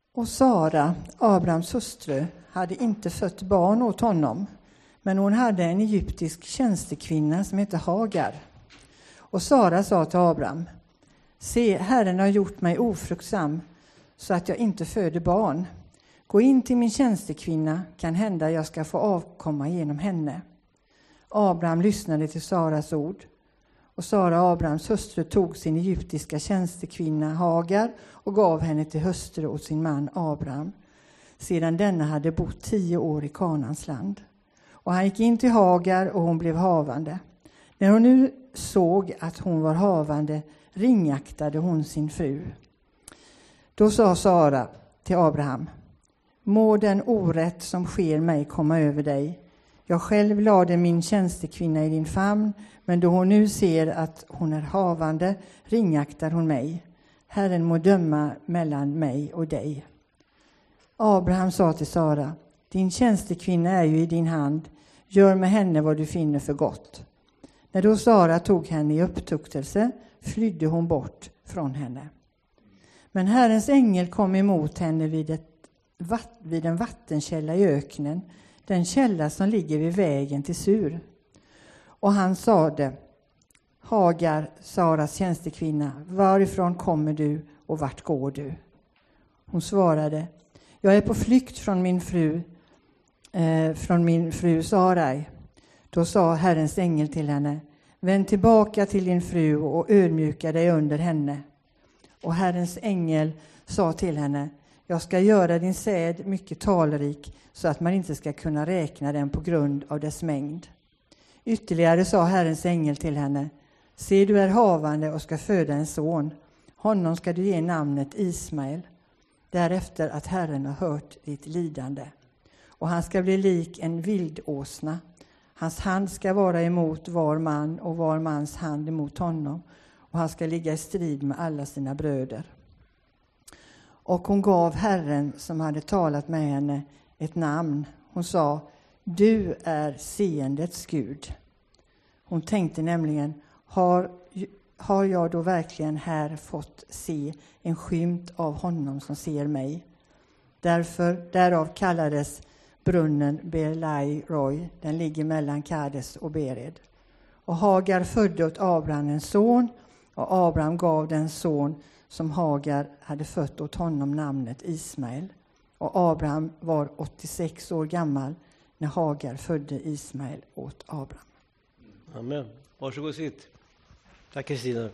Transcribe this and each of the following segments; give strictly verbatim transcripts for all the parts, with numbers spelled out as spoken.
Och Sara, Abrahams hustru, hade inte fött barn åt honom, men hon hade en egyptisk tjänstekvinna som hette Hagar. Och Sara sa till Abraham: se, Herren har gjort mig ofruktsam så att jag inte föder barn. Gå in till min tjänstekvinna, kan hända jag ska få avkomma genom henne. Abraham lyssnade till Saras ord. Och Sara, Abrahams hustru, tog sin egyptiska tjänstekvinna Hagar och gav henne till hustru åt sin man Abraham, sedan denna hade bott tio år i Kanans land. Och han gick in till Hagar och hon blev havande. När hon nu såg att hon var havande ringaktade hon sin fru. Då sa Sara till Abraham: må den orätt som sker mig komma över dig. Jag själv lade min tjänstekvinna i din famn, men då hon nu ser att hon är havande ringaktar hon mig. Herren må döma mellan mig och dig. Abraham sa till Sara: din tjänstekvinna är ju i din hand. Gör med henne vad du finner för gott. När då Sara tog henne i upptuktelse flydde hon bort från henne. Men Herrens ängel kom emot henne vid, ett, vid en vattenkälla i öknen, den källa som ligger vid vägen till Sur. Och han sade: Hagar, Saras tjänstekvinna, varifrån kommer du och vart går du? Hon svarade: jag är på flykt från min fru, eh, från min fru Sarai. Då sa Herrens ängel till henne: vänd tillbaka till din fru och ödmjuka dig under henne. Och Herrens ängel sa till henne: jag ska göra din säd mycket talrik, så att man inte ska kunna räkna den på grund av dess mängd. Ytterligare sa Herrens ängel till henne: se, du är havande och ska föda en son. Honom ska du ge namnet Ismael, därefter att Herren har hört ditt lidande. Och han ska bli lik en vildåsna. Hans hand ska vara emot var man och var mans hand emot honom. Och han ska ligga i strid med alla sina bröder. Och hon gav Herren som hade talat med henne ett namn. Hon sa: du är seendets Gud. Hon tänkte nämligen: har, har jag då verkligen här fått se en skymt av honom som ser mig? Därför, därav kallades brunnen Berlai Roy. Den ligger mellan Kades och Bered. Och Hagar födde åt Abraham en son, och Abraham gav den son som Hagar hade fött åt honom namnet Ismael. Och Abraham var åttiosex år gammal när Hagar födde Ismael åt Abraham. Amen. Varsågod sitt. Tack Kristina.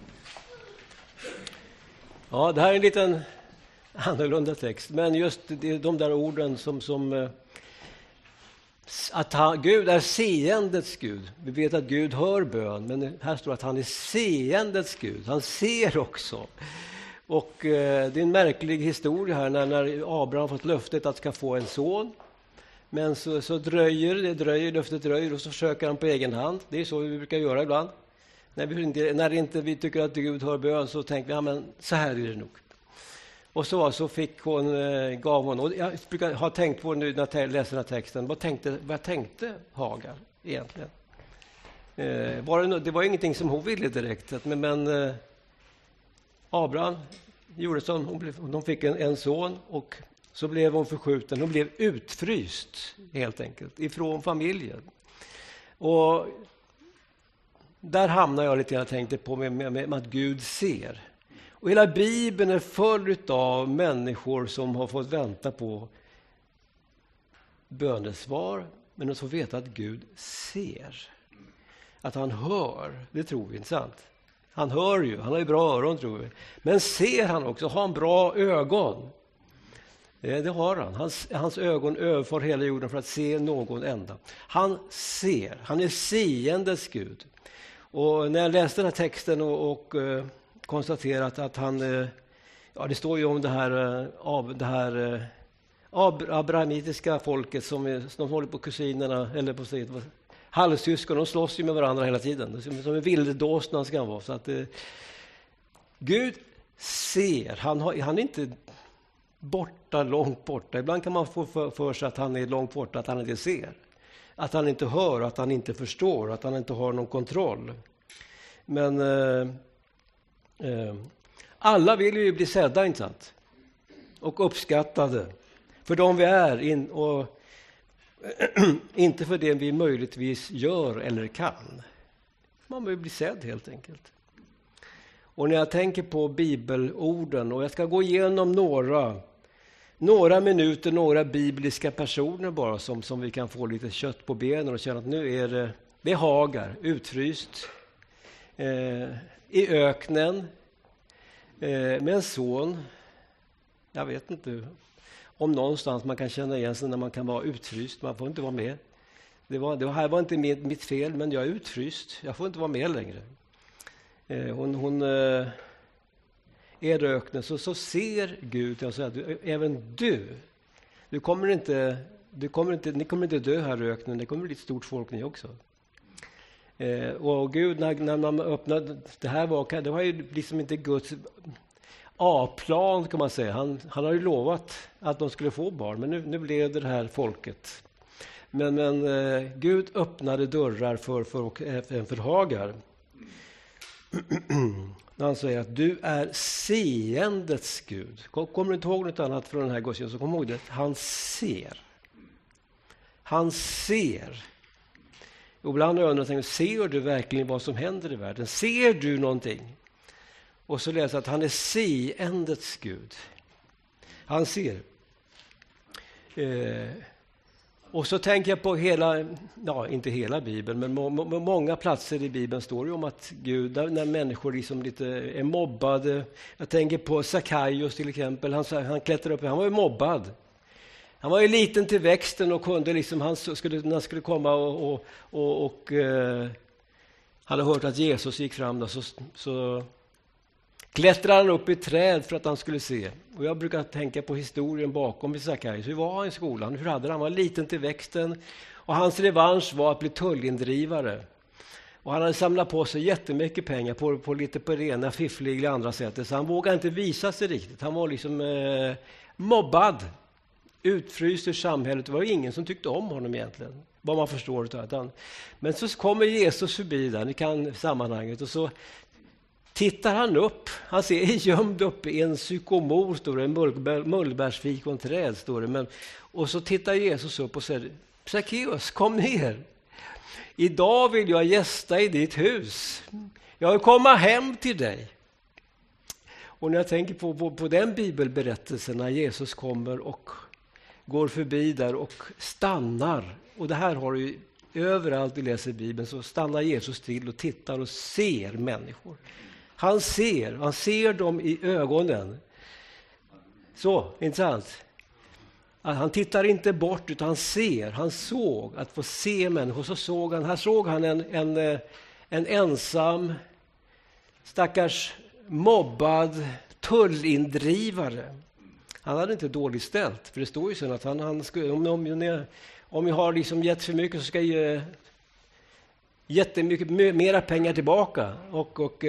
Ja, det här är en liten annorlunda text, men just de där orden som, som att han, Gud är seendets Gud. Vi vet att Gud hör bön, men här står att han är seendets Gud. Han ser också. Och eh, det är en märklig historia här när, när Abraham fått löftet att ska få en son. Men så, så dröjer det, dröjer, löftet dröjer och så försöker han på egen hand. Det är så vi brukar göra ibland. När vi inte, när inte vi tycker att Gud hör bön så tänker vi, ja men så här är det nog. Och så, så fick hon, eh, gav hon, och jag brukar ha tänkt på nu när jag läser den här texten, vad tänkte, vad tänkte Hagar egentligen? Eh, var det, det var ingenting som hon ville direkt, men, men eh, Abraham gjorde så, hon blev, de fick en, en son och så blev hon förskjuten, hon blev utfryst helt enkelt ifrån familjen. Och där hamnar jag lite grann och tänkte på med, med, med att Gud ser. Och hela Bibeln är full av människor som har fått vänta på bönesvar, men de får veta att Gud ser. Att han hör, det tror vi inte sant. Han hör ju, han har ju bra öron tror vi. Men ser han också, har han bra ögon? Det, det har han. Hans, hans ögon överför hela jorden för att se någon enda. Han ser, han är seendets Gud. Och när jag läste den här texten och, och uh, konstaterat att han, uh, ja det står ju om det här, uh, av, det här uh, ab- abrahamitiska folket som, är, som håller på kusinerna, eller på sitt halvsyskon, de slåss ju med varandra hela tiden. Som, som en vilddåsna ska han vara. Så att, uh, Gud ser, han, har, han är inte borta, långt borta. Ibland kan man få för, för sig att han är långt borta, att han inte ser. Att han inte hör, att han inte förstår, att han inte har någon kontroll. Men eh, eh, alla vill ju bli sedda, inte sant? och uppskattade för de vi är in, och inte för det vi möjligtvis gör eller kan. Man vill bli sedd helt enkelt. Och när jag tänker på bibelorden, och jag ska gå igenom några några minuter, några bibliska personer bara som, som vi kan få lite kött på benen och känna att nu är det, det är Hagar, utfryst eh, i öknen eh, med en son. Jag vet inte om någonstans man kan känna igen sig när man kan vara utfryst. Man får inte vara med. Det, var, det här var inte mitt, mitt fel, men jag är utfryst. Jag får inte vara med längre. Eh, hon hon eh, är öknen, så, så ser Gud och säger att även du, du kommer inte, du kommer inte, ni kommer inte dö här i öknen, det kommer bli ett stort folk ni också. Eh, och Gud, när, när man öppnade, det här var, det var ju liksom inte Guds A-plan kan man säga. Han, han har ju lovat att de skulle få barn, men nu, nu blev det det här folket. Men, men eh, Gud öppnade dörrar för, för, för, för Hagar. Han säger att du är seendets Gud. Kommer du inte ihåg något annat från den här gudstjänsten så kom ihåg det. Han ser. Han ser. Och ibland har jag undrat, ser du verkligen vad som händer i världen? Ser du någonting? Och så läser jag att han är seendets Gud. Han ser. Eh, och så tänker jag på hela, ja inte hela Bibeln, men må, må, många platser i Bibeln står det om att Gud, när, när människor liksom lite är mobbade. Jag tänker på Sackaios till exempel, han, han klättrade upp, han var ju mobbad. Han var ju liten till växten och kunde liksom, han skulle, när han skulle komma och, och, och, och eh, hade hört att Jesus gick fram där, så, så klättrade han upp i träd för att han skulle se. Och jag brukar tänka på historien bakom Sackaios. Hur var han i skolan? Hur hade han? Han var liten till växten. Och hans revansch var att bli tullindrivare. Och han hade samlat på sig jättemycket pengar på, på lite på rena, fiffliga andra sätt. Så han vågade inte visa sig riktigt. Han var liksom eh, mobbad. Utfryst ur samhället. Det var ingen som tyckte om honom egentligen. Vad man förstår av det. Men så kommer Jesus förbi där. Ni kan sammanhanget. Och så tittar han upp. Han ser gömd upp i en sykomor, står det, en mullbärsfikonträd, står det. Men, och så tittar Jesus upp och säger, Sackeus, kom ner. Idag vill jag gästa i ditt hus. Jag vill komma hem till dig. Och när jag tänker på, på, på den bibelberättelsen när Jesus kommer och går förbi där och stannar. Och det här har du ju överallt vi läser Bibeln, så stannar Jesus till och tittar och ser människor. Han ser, han ser dem i ögonen. Så, intressant. Han tittar inte bort utan han ser, han såg att få se människor. Så såg han, här såg han en, en, en ensam, stackars mobbad tullindrivare. Han hade inte dåligt ställt, för det står ju sen att han, han skulle, om, om, om jag har liksom gett för mycket så ska jag ge jättemycket mera pengar tillbaka. Och, och,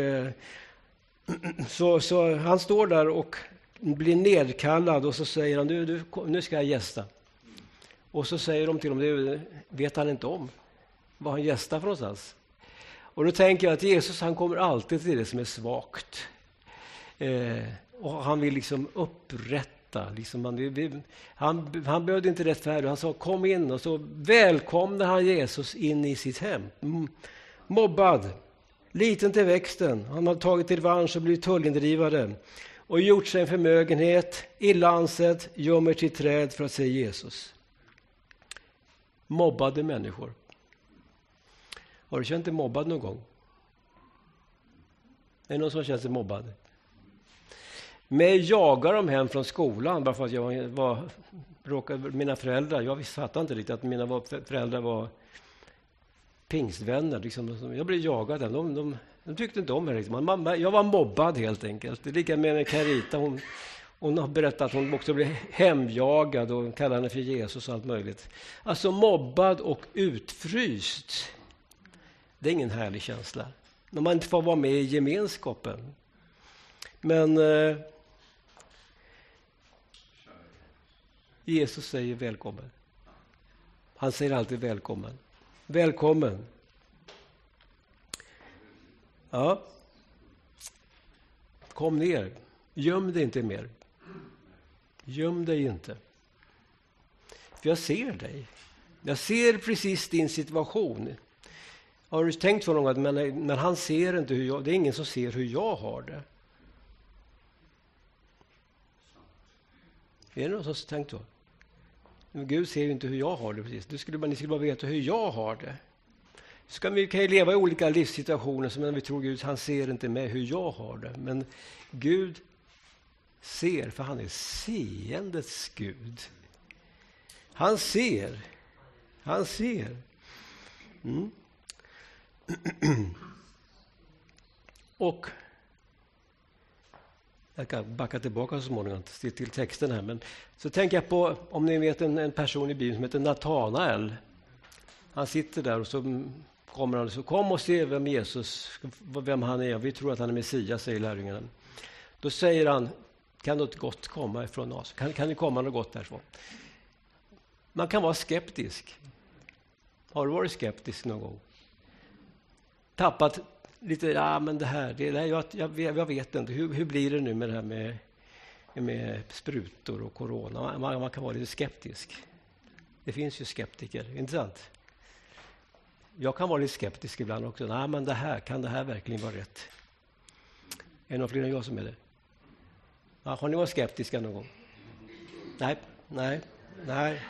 så, så han står där och blir nedkallad och så säger han, du, du, nu ska jag gästa. Och så säger de till honom, det vet han inte om vad han gästar för någonstans. Och då tänker jag att Jesus, han kommer alltid till det som är svagt. Eh, och han vill liksom upprätta. Liksom han, han, han behövde inte rättfärdiga. Han sa, kom in. Och så välkomnar han Jesus in i sitt hem. Mobbad. Liten till växten. Han har tagit till revansch och blivit tullindrivare. Och gjort sig en förmögenhet. Illa ansett. Gömmer till träd för att se Jesus. Mobbade människor. Har du känt dig mobbad någon gång? Är det någon som har känt sig mobbad? Men jagar dem hem från skolan bara för att jag var, råkade, mina föräldrar, jag fattade inte riktigt att mina föräldrar var pingstvänner. Liksom. Jag blev jagad. De, de, de tyckte inte om mig riktigt. Mamma, jag var mobbad helt enkelt. Det är lika med Carita. Hon, hon har berättat att hon också blev hemjagad och kallade henne för Jesus och allt möjligt. Alltså mobbad och utfryst. Det är ingen härlig känsla. När man inte får vara med i gemenskapen. Men eh, Jesus säger välkommen. Han säger alltid välkommen. Välkommen. Ja. Kom ner. Göm dig inte mer. Göm dig inte. För jag ser dig. Jag ser precis din situation. Har du tänkt för något? Men, men han ser inte hur jag... Det är ingen som ser hur jag har det. Är det någon som har tänkt så? Men Gud ser ju inte hur jag har det precis. Du skulle bara, ni skulle bara veta hur jag har det. Ska vi kan ju leva i olika livssituationer som vi tror Gud, han ser inte med hur jag har det. Men Gud ser, för han är seendets Gud. Han ser. Han ser. Mm. Och jag kan backa tillbaka så småningom till, till texten här. Men så tänker jag på, om ni vet en, en person i Bibeln som heter Natanael. Han sitter där och så kommer han och så kom och se vem Jesus, vem han är. Vi tror att han är Messias, säger lärjungarna. Då säger han, kan något gott komma ifrån oss? Kan, kan det komma något gott därifrån? Man kan vara skeptisk. Har du varit skeptisk någon gång? Tappat lite, ja men det här, det där jag, jag, jag vet inte, hur, hur blir det nu med det här med, med sprutor och corona? Man, man kan vara lite skeptisk. Det finns ju skeptiker, inte sant? Jag kan vara lite skeptisk ibland också. Nej, men det här, kan det här verkligen vara rätt? Är det någon fler än jag som är det? Ja, har ni varit skeptiska någon gång? Nej, nej, nej.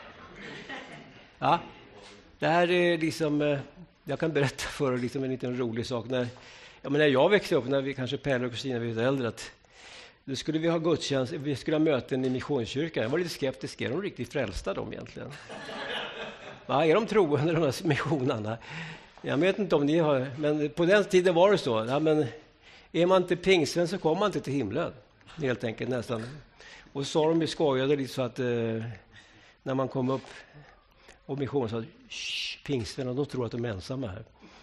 Ja, det här är liksom... Jag kan berätta för er liksom en liten rolig sak. När, ja, men när jag växte upp, när vi kanske Pelle och Kristina var lite äldre, att då skulle vi ha gudstjänst, vi skulle ha möten i missionskyrkan. Jag var lite skeptisk, är de riktigt frälsta de egentligen? Va, är de troende de här missionerna? Jag vet inte om ni har, men på den tiden var det så. Ja, men är man inte pingsvän så kommer man inte till himlen, helt enkelt nästan. Och så sa de ju skojade lite så att eh, när man kom upp och missionen sa pingstvänner, de tror att de är ensamma här.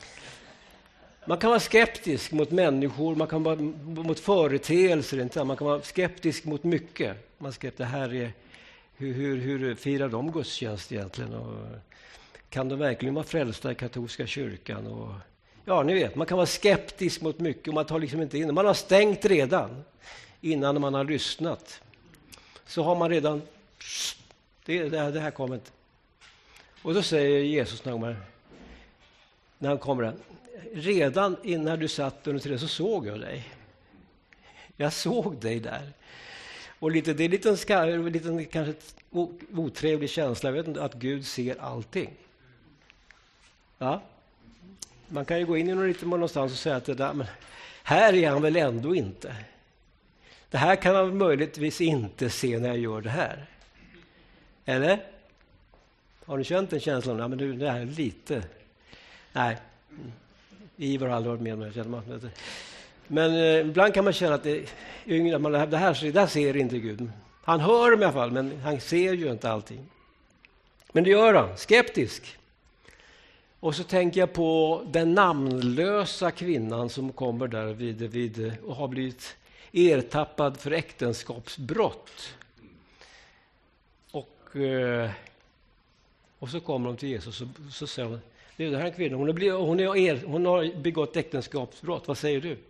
Man kan vara skeptisk mot människor, man kan vara mot företeelser, inte? Man kan vara skeptisk mot mycket. Man ska det här är hur, hur, hur firar de gudstjänst egentligen? Och kan de verkligen vara frälsta i katolska kyrkan? Och, ja, ni vet, man kan vara skeptisk mot mycket och man tar liksom inte in. Man har stängt redan innan man har lyssnat. Så har man redan, det, det, här, det här kommer inte. Och då säger Jesus när, när han kommer, redan innan du satt under trädet så såg jag dig. Jag såg dig där. Och lite, det är lite en skar, lite, kanske otrevlig känsla, jag vet inte, att Gud ser allting. Ja. Man kan ju gå in i någon, lite någonstans och säga att det där, men här är han väl ändå inte. Det här kan han möjligtvis inte se när jag gör det här. Eller? Har du känt en känsla om ja, men du, det här är lite... Nej, Ivar har aldrig varit med mig. Men, men eh, ibland kan man känna att det, yngre, man, det här det där ser inte Gud. Han hör dem i alla fall, men han ser ju inte allting. Men det gör han, skeptisk. Och så tänker jag på den namnlösa kvinnan som kommer där vid, vid, och har blivit ertappad för äktenskapsbrott. Och... Eh, Och så kommer de till Jesus och så, så säger hon, det är det här en kvinna, hon, är, hon, är, hon har begått äktenskapsbrott, vad säger du?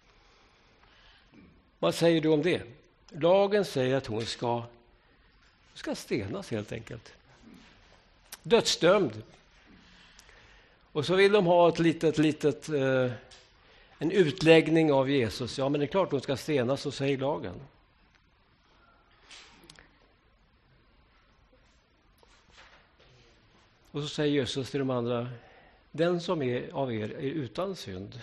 Vad säger du om det? Lagen säger att hon ska, ska stenas helt enkelt. Dödsdömd. Och så vill de ha ett litet, litet, eh, en utläggning av Jesus. Ja, men det är klart hon ska stenas, så säger lagen. Och så säger Jesus till de andra, den som är av er är utan synd.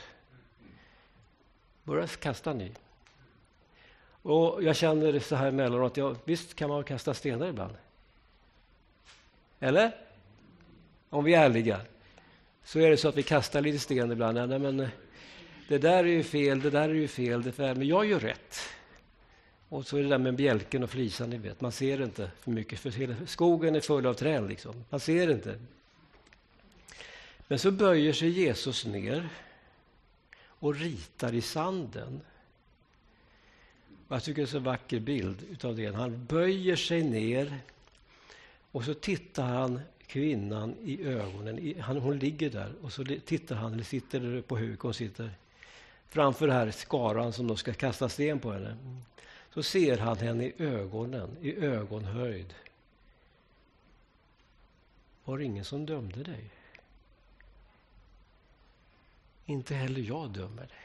Börja kasta ni. Och jag känner så här mellan att jag, visst kan man kasta stenar ibland. Eller? Om vi är ärliga. Så är det så att vi kastar lite sten ibland. Nej, men det där är ju fel, det där är ju fel. Det är, men jag gör rätt. Och så är det där med bjälken och flisan, ni vet. Man ser inte för mycket. För hela skogen är full av träd liksom. Man ser inte. Men så böjer sig Jesus ner och ritar i sanden. Jag tycker det är så vacker bild utav det. Han böjer sig ner och så tittar han kvinnan i ögonen. Han, hon ligger där och så tittar han, eller sitter på huk och sitter framför det här skaran som då ska kasta sten på henne. så ser han henne i ögonen, i ögonhöjd. Var det ingen som dömde dig? Inte heller jag dömer dig.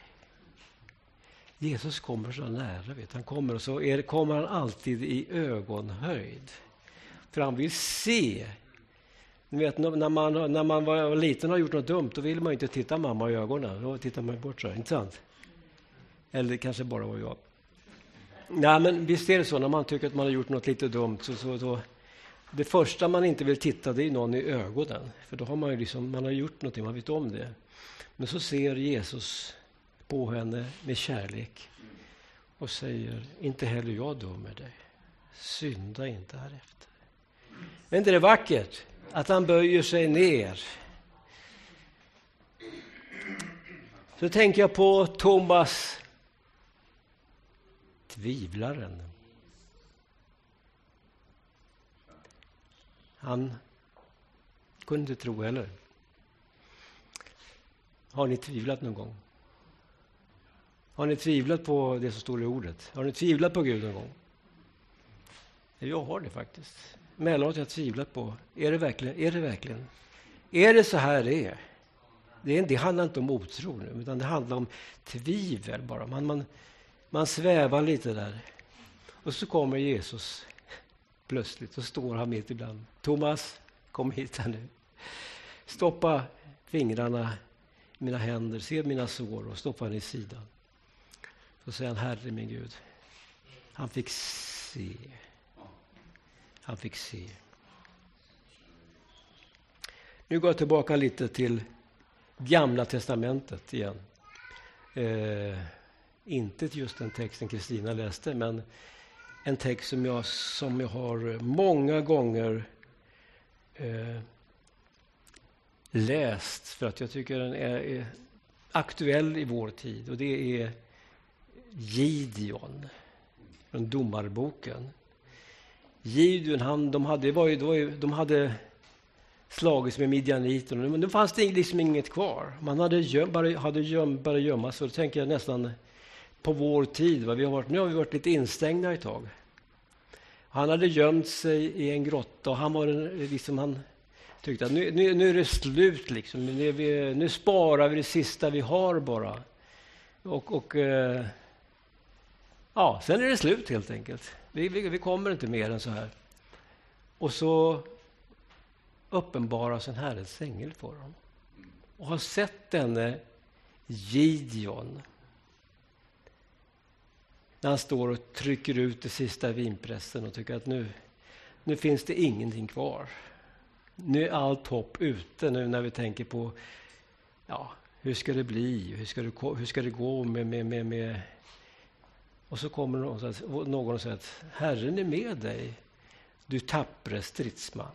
Jesus kommer så nära, vet. Han kommer och så är, kommer han alltid i ögonhöjd. För han vill se. Ni vet, när man, när man var liten och har gjort något dumt, då vill man inte titta mamma i ögonen. Då tittar man bort så, inte sant? Eller kanske bara var jag. Nej, men visst är det så, när man tycker att man har gjort något lite dumt, så, så då, det första man inte vill titta, det är någon i ögonen. För då har man ju liksom, man har gjort någonting, man vet om det. Men så ser Jesus på henne med kärlek och säger, inte heller jag dömer dig. Synda inte härefter. Men inte det är vackert att han böjer sig ner. Så tänker jag på Thomas, tvivlaren. Han kunde inte tro heller. Har ni tvivlat någon gång? Har ni tvivlat på det som står i ordet? Har ni tvivlat på Gud någon gång? Jag har det faktiskt. Mellanåt har jag tvivlat på. Är det verkligen? Är det verkligen? Är det så här det är? Det, är, det handlar inte om otro nu, utan det handlar om tvivel bara. Man, man, man svävar lite där. Och så kommer Jesus plötsligt och står han mitt ibland. Thomas, kom hit här nu. Stoppa fingrarna i mina händer, se mina sår och stoppa den i sidan. Så säger han, Herre min Gud. Han fick se. Han fick se. Nu går jag tillbaka lite till Gamla testamentet igen. Eh, inte just den texten Kristina läste, men en text som jag, som jag har många gånger eh, läst för att jag tycker den är, är aktuell i vår tid. Och det är Gideon från Domarboken. Gideon, han, de hade, var ju, var ju, de hade slagits med midjaniterna, men då fanns det liksom inget kvar. Man hade göm, bara, hade göm, bara gömma sig. Då tänker jag nästan på vår tid. Va? Vi har varit, nu har vi varit lite instängda ett tag. Han hade gömt sig i en grotta och han var en, liksom han tyckte att nu, nu, nu är det slut liksom. Nu, vi, nu sparar vi det sista vi har bara. Och, och eh, ja, sen är det slut helt enkelt. Vi, vi, vi kommer inte mer än så här. Och så uppenbaras en Herrens ängel för dem. Och har sett denne Gideon. När han står och trycker ut det sista vinpressen och tycker att nu, nu finns det ingenting kvar. Nu är allt hopp ute nu när vi tänker på ja, hur ska det bli? Hur ska det, hur ska det gå med, med, med, med... Och så kommer någon, någon och säger att Herren är med dig, du tappre stridsman.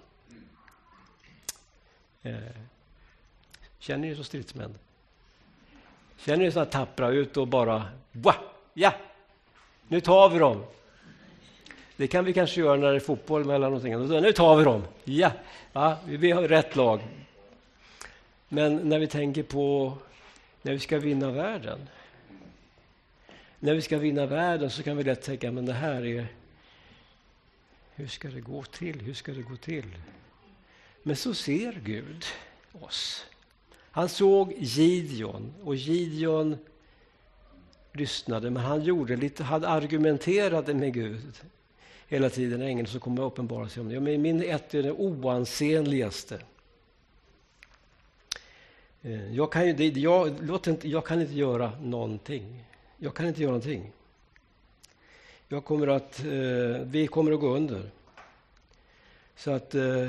Eh, känner ni så stridsmän? Känner ni så att tappra ut och bara Wah! Ja, nu tar vi dem. Det kan vi kanske göra när det är fotboll mellan någonting. Nu tar vi dem. Ja, ja, vi har rätt lag. Men när vi tänker på när vi ska vinna världen. När vi ska vinna världen så kan vi lätt tänka, men det här är, hur ska det gå till? Hur ska det gå till? Men så ser Gud oss. Han såg Gideon och Gideon lyssnade, men han gjorde lite, hade argumenterade med Gud hela tiden. Ängeln som kommer att uppenbara sig om det. Men min ett är det oansenligaste. Jag kan, ju, jag, låt inte, jag kan inte göra någonting. Jag kan inte göra någonting. Jag kommer att, eh, vi kommer att gå under. Så att eh,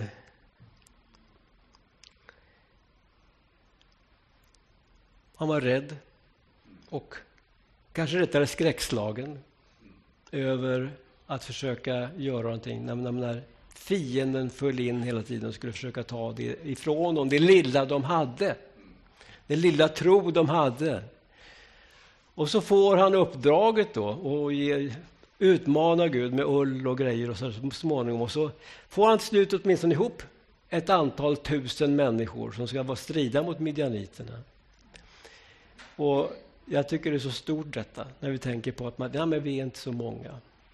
han var rädd och kanske rättare skräckslagen över att försöka göra någonting. När, när fienden föll in hela tiden och skulle försöka ta det ifrån dem, det lilla de hade. Det lilla tro de hade. Och så får han uppdraget då och ge, utmana Gud med ull och grejer och så småningom. Och så får han till slut åtminstone ihop ett antal tusen människor som ska vara strida mot midjaniterna. Och jag tycker det är så stort detta när vi tänker på att man, ja, men vi är inte så många.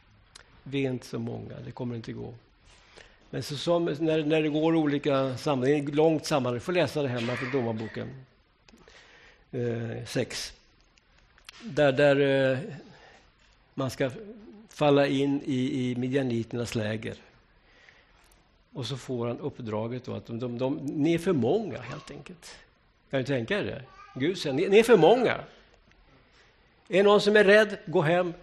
vi är inte så många, det kommer inte gå. Men så som, när, när det går olika sammanhang, långt sammanhang, får läsa det hemma för domarboken eh, sex. Där, där eh, man ska falla in i, i midjaniternas läger. Och så får han uppdraget då att de, de, de, ni är för många helt enkelt. Kan du tänka er det? Gud säger, ni, ni är för många. Är någon som är rädd, gå hem.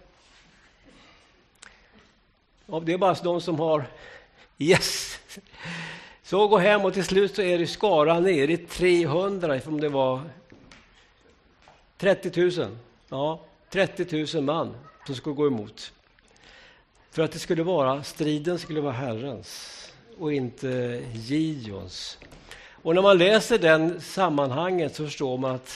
Och det är bara de som har yes. Så gå hem och till slut så är det skara ner i trehundra, om det var trettio tusen. Ja, trettio tusen man som skulle gå emot. För att det skulle vara, striden skulle vara Herrens och inte Gideons. Och när man läser den sammanhanget så förstår man att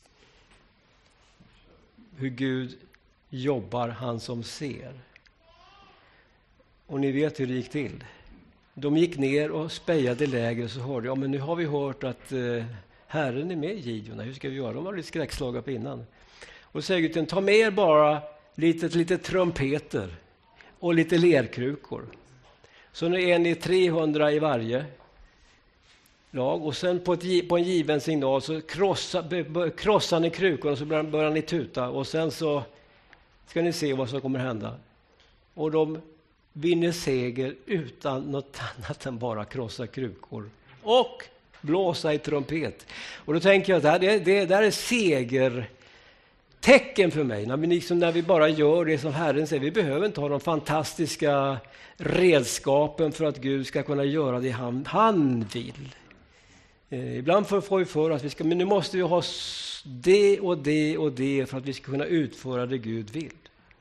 hur Gud jobbar, han som ser. Och ni vet hur det gick till. De gick ner och spejade läger och så hörde jag, ja, men nu har vi hört att eh, Herren är med i Gideon. Hur ska vi göra? De har blivit skräckslagna på innan. Och då säger Gud, ta med er bara lite, lite trumpeter och lite lerkrukor. Så nu är ni trehundra i varje lag. Och sen på, ett, på en given signal så krossar, krossar ni krukorna och så börjar, börjar ni tuta. Och sen så ska ni se vad som kommer hända. Och de vinner seger utan något annat än bara krossa krukor. Och blåsa i trumpet. Och då tänker jag att det här, det, det, det här är segertecken för mig. När vi, liksom, när vi bara gör det som Herren säger. Vi behöver inte ha de fantastiska redskapen för att Gud ska kunna göra det han, han vill. Eh, ibland får vi för att vi ska, men nu måste vi ha det och det och det för att vi ska kunna utföra det Gud vill.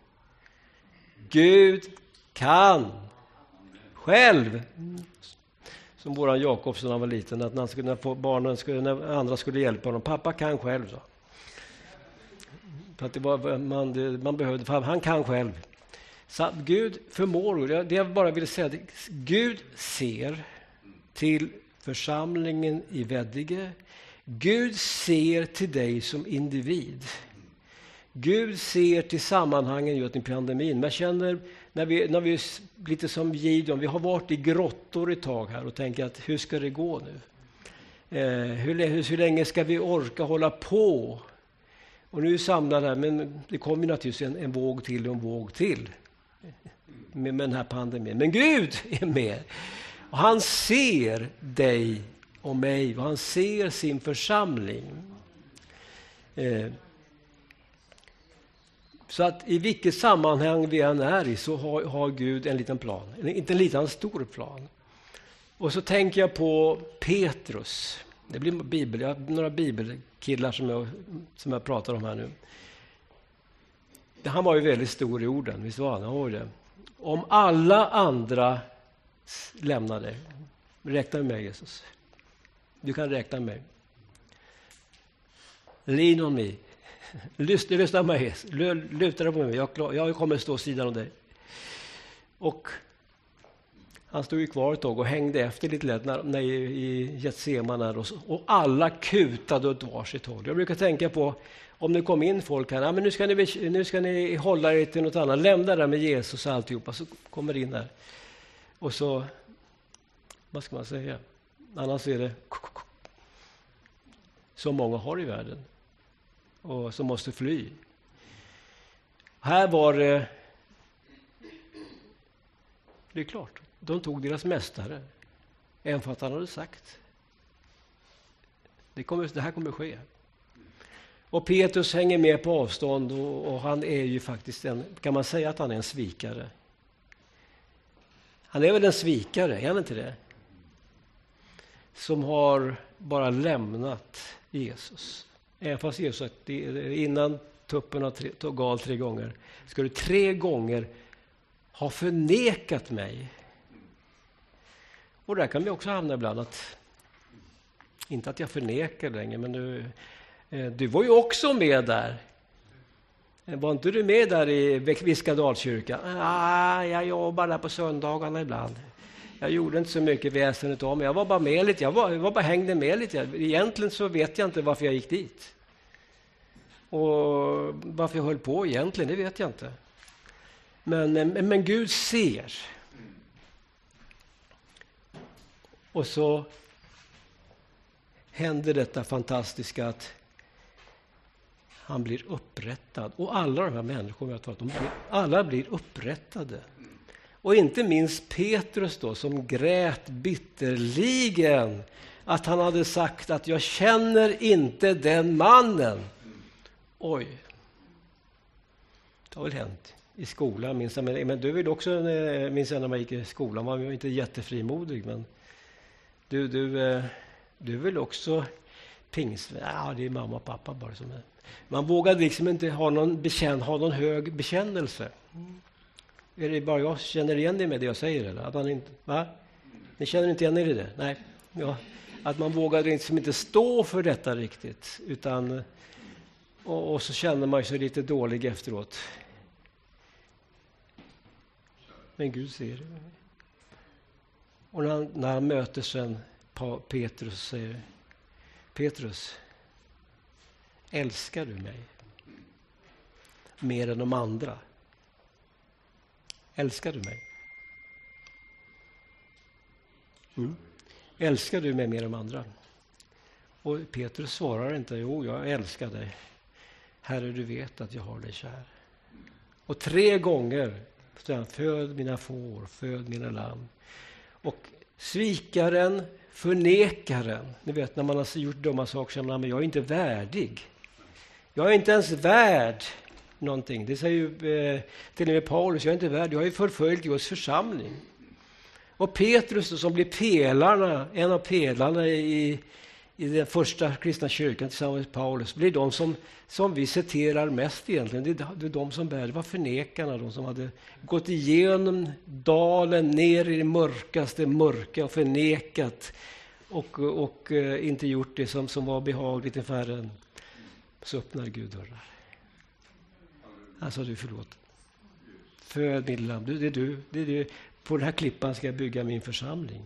Gud kan själv, som våran Jakobsson när han var liten, att när, skulle, när barnen skulle, när andra skulle hjälpa honom, pappa kan själv. Så. För att det var, man, det, man behövde, för han kan själv. Så Gud förmår, det jag bara vill säga, det, Gud ser till församlingen i Veddige. Gud ser till dig som individ. Gud ser till sammanhangen just i pandemin. Man känner, när vi, när vi lite som Gideon, vi har varit i grottor ett tag här och tänker att hur ska det gå nu? Eh, hur, hur, hur länge ska vi orka hålla på? Och nu är vi samlade här, men det kommer naturligtvis en, en våg till och en våg till med, med den här pandemin. Men Gud är med. Och han ser dig och mig och han ser sin församling. Eh, Så att i vilket sammanhang vi än är i så har, har Gud en liten plan. Inte en liten, en stor plan. Och så tänker jag på Petrus. Det blir bibel, jag har några bibelkillar som jag, som jag pratar om här nu. Han var ju väldigt stor i orden, visst var han? Han var det. Om alla andra lämnade, räkna med mig Jesus. Du kan räkna med mig. Lean on me. Lyssna, lyssna mig, luta dig på mig, jag, jag kommer stå sidan av dig. Och han stod ju kvar ett tag och hängde efter lite lätt när, när, i Getseman och, och alla kutade åt varsitt håll. Jag brukar tänka på, om det kom in folk här, ja, men nu, ska ni, nu ska ni hålla er till något annat, lämna där med Jesus och alltihopa, så kommer det in där. Och så, vad ska man säga? Annars är det så många har i världen. Och som måste fly. Här var det, det är klart, de tog deras mästare. Även för att han hade sagt. Det, kommer, det här kommer ske. Och Petrus hänger med på avstånd och, och han är ju faktiskt en, kan man säga att han är en svikare? Han är väl en svikare, är han inte det? Som har bara lämnat Jesus. Även fast Jesus sagt innan tuppen har tre, gal tre gånger, ska du tre gånger ha förnekat mig. Och där kan vi också hamna ibland att, inte att jag förnekar längre, men du, du var ju också med där. Var inte du med där i Viskadalskyrkan? Ah, jag jobbar där på söndagarna ibland. Jag gjorde inte så mycket väsen av mig. Jag var bara med lite. Jag var, jag var bara hängde med lite. Egentligen så vet jag inte varför jag gick dit. Och varför jag höll på egentligen, det vet jag inte. Men, men, men Gud ser. Och så händer detta fantastiska att han blir upprättad. Och alla de här människorna, jag tror att de blir, alla blir upprättade. Och inte minst Petrus då, som grät bitterligen att han hade sagt att jag känner inte den mannen. Oj. Det har väl hänt i skolan, minns jag. Men, men du vill också, minns jag när man gick i skolan, man var inte jättefrimodig, men du, du, du vill också pings. Ja, det är mamma och pappa bara som är. Man vågade liksom inte ha någon, bekänn, ha någon hög bekännelse. Är det bara jag känner igen det med det jag säger? Eller? Att man inte, va? Ni känner inte igen er i det? Nej. Ja. Att man vågade liksom inte stå för detta riktigt. Utan, och, och så känner man sig lite dålig efteråt. Men Gud ser det. Och när han, när han möter sen Petrus säger: Petrus, älskar du mig mer än de andra? Älskar du mig? Mm. Älskar du mig mer än de andra? Och Petrus svarar inte: jo, jag älskar dig. Herre, du vet att jag har dig kär. Och tre gånger säger han: föd mina får, föd mina lamm. Och svikaren, förnekaren, ni vet när man har gjort dumma saker, så men jag är inte värdig. Jag är inte ens värd någonting. Det säger ju eh, till och med Paulus: jag är inte värd, jag har ju förföljt Guds församling. Och Petrus då, som blir pelarna, en av pelarna i, i den första kristna kyrkan tillsammans med Paulus, blir de som, som vi citerar mest egentligen. Det är, det är de som bär, det var förnekarna, de som hade gått igenom dalen ner i det mörkaste mörka och förnekat och, och, och uh, inte gjort det som, som var behagligt inför Herren. Så öppnar Gud dörrar. Alltså du, förlåt. Föd min lamm, det är du, det är du. På den här klippan ska jag bygga min församling.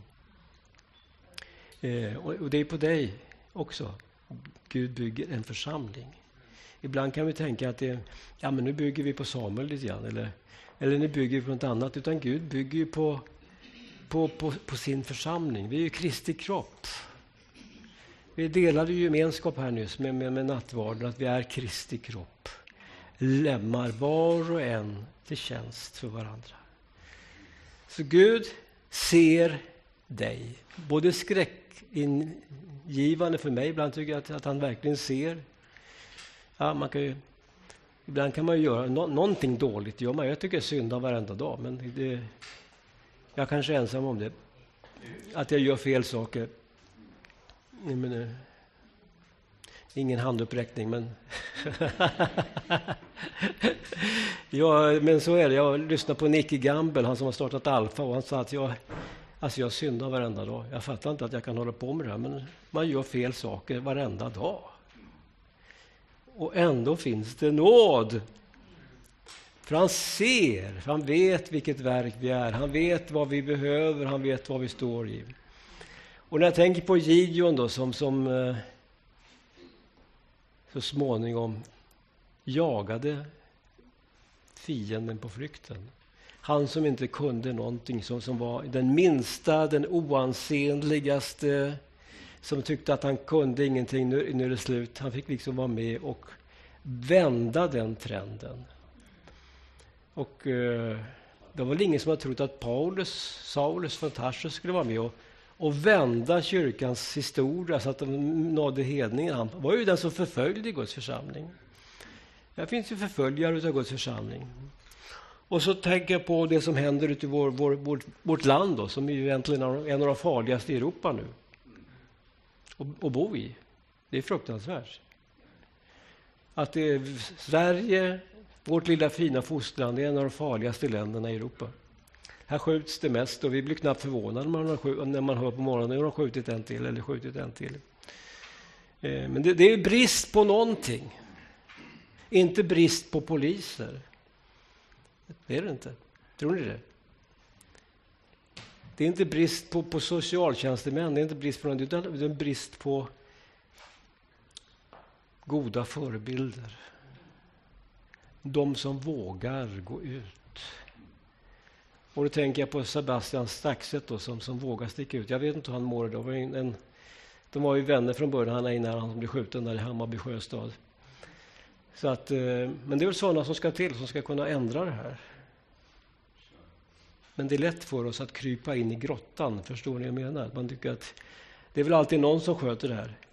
Eh, och, och det är på dig också. Gud bygger en församling. Ibland kan vi tänka att det, ja, men nu bygger vi på Samuel lite grann. Eller, eller nu bygger vi på något annat. Utan Gud bygger ju på, på, på, på sin församling. Vi är ju Kristi kropp. Vi delade ju gemenskap här nyss med, med, med nattvarden. Att vi är Kristi kropp. Lämmar var och en till tjänst för varandra. Så Gud ser dig. Både skräckingivande för mig, ibland tycker jag att, att han verkligen ser. Ja, man kan ju, ibland kan man ju göra no, någonting dåligt. Gör man. Jag tycker jag syndar varenda dag, men det, jag kanske är ensam om det. Att jag gör fel saker. Men, ingen handuppräckning, men ja, men så är det. Jag lyssnade på Nicky Gamble, han som har startat Alfa, och han sa att jag, alltså jag syndar varenda dag. Jag fattar inte att jag kan hålla på med det här, men man gör fel saker varenda dag. Och ändå finns det nåd. För han ser, för han vet vilket verk vi är. Han vet vad vi behöver, han vet vad vi står i. Och när jag tänker på Gideon då, som, som eh, så småningom jagade fienden på flykten. Han som inte kunde någonting, som, som var den minsta, den oansenligaste, som tyckte att han kunde ingenting, nu, nu är det slut. Han fick liksom vara med och vända den trenden. Och eh, det var väl ingen som hade trott att Paulus, Saulus från Tarsus skulle vara med och, och vända kyrkans historia så att de nådde hedningen. Han var ju den som förföljde Guds församling. Det finns ju förföljare av Guds församling. Och så tänker jag på det som händer ute i vår, vår, vårt, vårt land då, som är ju egentligen en av de farligaste i Europa nu. Och, och bo i. Det är fruktansvärt. Att det är Sverige, vårt lilla fina fosterland, är en av de farligaste länderna i Europa. Här skjuts det mest och vi blir knappt förvånade när man, skjut, när man hör på morgonen att de har skjutit en till eller skjutit en till. Eh, men det, det är brist på någonting. Inte brist på poliser. Det är det inte. Tror ni det? Det är inte brist på, på socialtjänstemän. Det är inte brist på något, utan det är brist på goda förebilder. De som vågar gå ut. Och då tänker jag på Sebastian Staxet då, som, som vågar sticka ut. Jag vet inte hur han mår idag. Var en, en, de var ju vänner från början, han är innan han blev skjuten där i Hammarby sjöstad. Så att, men det är väl sådana som ska till, som ska kunna ändra det här. Men det är lätt för oss att krypa in i grottan, förstår ni vad jag menar? Man tycker att det är väl alltid någon som sköter det här.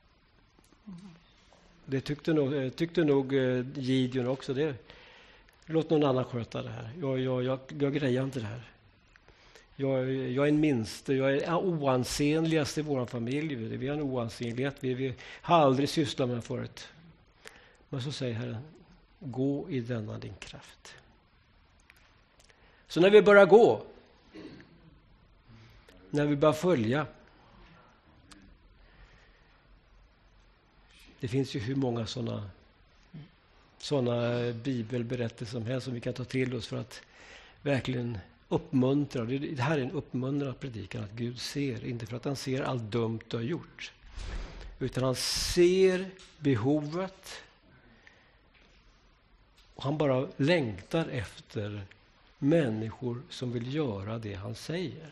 Det tyckte nog, tyckte nog Gideon också. Det. Låt någon annan sköta det här. Jag, jag, jag, jag grejar inte det här. Jag, jag är en minste, jag är oansenligast i vår familj. Vi har en oansenlighet, vi, vi har aldrig sysslat med det förut. Men så säger Herren, gå i denna din kraft. Så när vi börjar gå, när vi börjar följa, det finns ju hur många sådana sådana bibelberättelser som helst som vi kan ta till oss för att verkligen uppmuntra. Det här är en uppmuntrande predikan, att Gud ser, inte för att han ser allt dumt du har gjort, utan han ser behovet och han bara längtar efter människor som vill göra det han säger.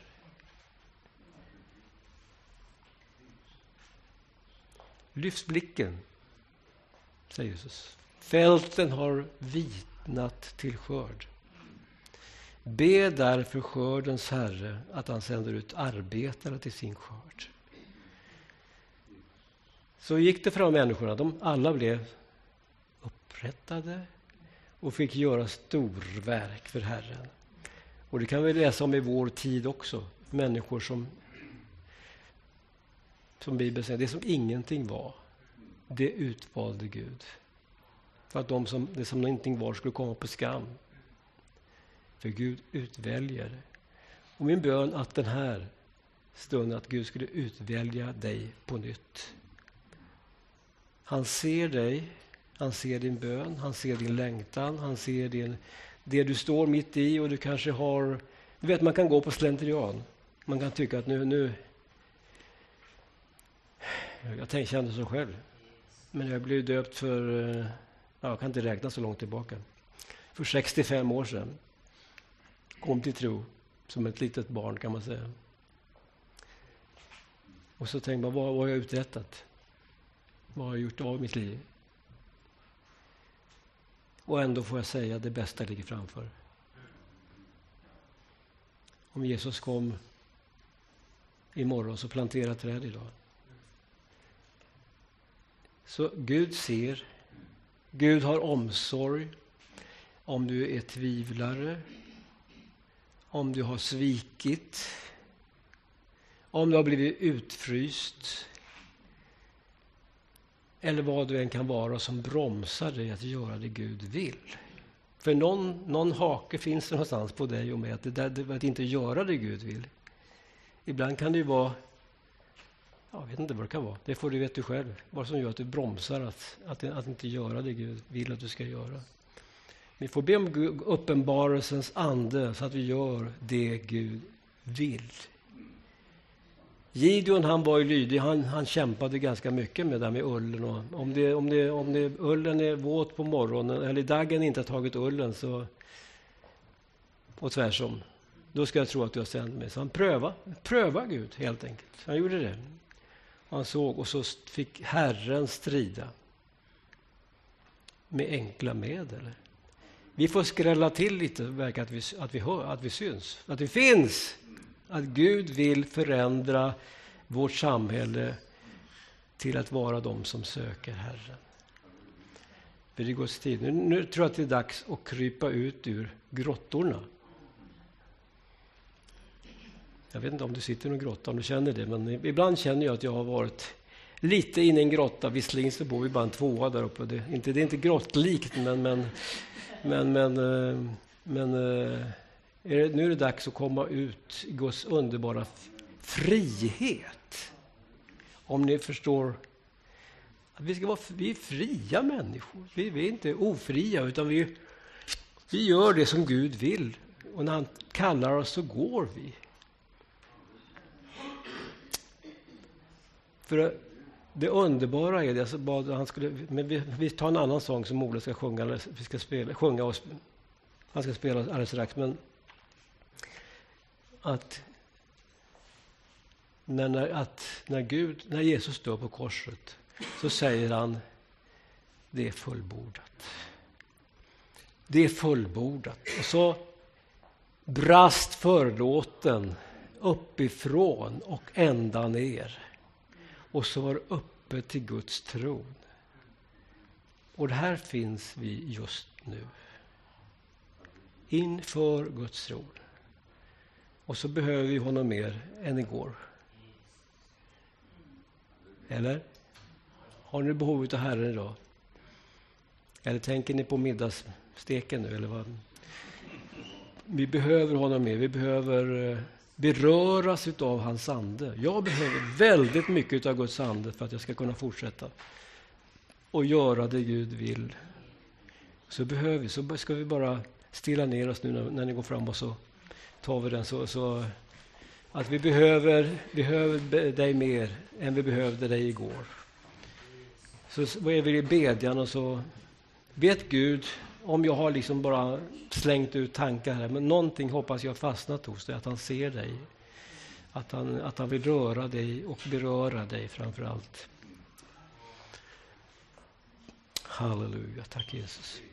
Lyft blicken, säger Jesus. Fälten har vitnat till skörd. Be därför skördens Herre att han sänder ut arbetare till sin skörd. Så gick det fram människorna. De alla blev upprättade och fick göra storverk för Herren. Och det kan vi läsa om i vår tid också. Människor som, som Bibeln säger, det som ingenting var, det utvalde Gud. För att de som, det som ingenting var skulle komma på skam. För Gud utväljer. Och min bön att den här stunden, att Gud skulle utvälja dig på nytt. Han ser dig, han ser din bön, han ser din längtan, han ser din, det du står mitt i, och du kanske har, du vet, man kan gå på slentrian. Man kan tycka att nu, nu jag tänkte, kände så själv. Men jag blev döpt för, ja, jag kan inte räkna så långt tillbaka. För sextiofem år sedan. Kom till tro som ett litet barn, kan man säga. Och så tänkte man, vad, vad har jag uträttat? Vad har jag gjort av mitt liv? Och ändå får jag säga att det bästa ligger framför. Om Jesus kom imorgon, så plantera träd idag. Så Gud ser, Gud har omsorg om du är tvivlare, om du har svikit, om du har blivit utfryst, eller vad du än kan vara som bromsar dig att göra det Gud vill. För någon, någon hake finns det någonstans på dig och med att, det där, att inte göra det Gud vill. Ibland kan det ju vara, jag vet inte vad det kan vara, det får du veta själv, vad som gör att du bromsar att, att, att inte göra det Gud vill att du ska göra. Vi får be om uppenbarelsens ande så att vi gör det Gud vill. Gideon, han var ju lydig, han, han kämpade ganska mycket med det där med ullen. Och om, det, om, det, om det, ullen är våt på morgonen, eller daggen inte har tagit ullen, så, och tvärsom, då ska jag tro att du har sänt mig. Så han pröva, pröva Gud helt enkelt. Han gjorde det. Han såg, och så fick Herren strida med enkla medel. Vi får skrälla till lite, verkar att vi, att vi hör, att vi syns, att det finns. Att Gud vill förändra vårt samhälle till att vara de som söker Herren. För det går tid. Nu, nu tror jag att det är dags att krypa ut ur grottorna. Jag vet inte om du sitter i en grotta, om du känner det, men ibland känner jag att jag har varit lite inne i en grotta. Visserligen så bor vi bara en tvåa där uppe. Det är inte, det är inte grottlikt, men, men, men, men, men är det, nu är det dags att komma ut i Guds underbara frihet. Om ni förstår att vi ska vara, vi är fria människor. Vi, vi är inte ofria, utan vi, vi gör det som Gud vill. Och när han kallar oss så går vi. För det underbara är det, alltså bad han skulle, men vi, vi tar en annan sång som Ola ska sjunga, eller vi ska spela, sjunga och han ska spela alldeles strax, men att när, när, att när, Gud, när Jesus står på korset så säger han, det är fullbordat. Det är fullbordat. Och så brast förlåten uppifrån och ända ner. Och så var uppe till Guds tron. Och det här finns vi just nu. Inför Guds tron. Och så behöver vi honom mer än igår. Eller? Har ni behov av Herren idag? Eller tänker ni på middagssteken nu? Eller vad? Vi behöver honom mer. Vi behöver beröras av hans ande. Jag behöver väldigt mycket av Guds ande för att jag ska kunna fortsätta och göra det Gud vill. Så behöver vi, så ska vi bara stilla ner oss nu när, när ni går fram och så tar vi den så, så att vi behöver, behöver dig mer än vi behövde dig igår. Så vad är vi i bedjan och så vet Gud, om jag har liksom bara slängt ut tankar här, men någonting hoppas jag fastnat hos dig, att han ser dig. Att han, att han vill röra dig och beröra dig framför allt. Halleluja, tack Jesus.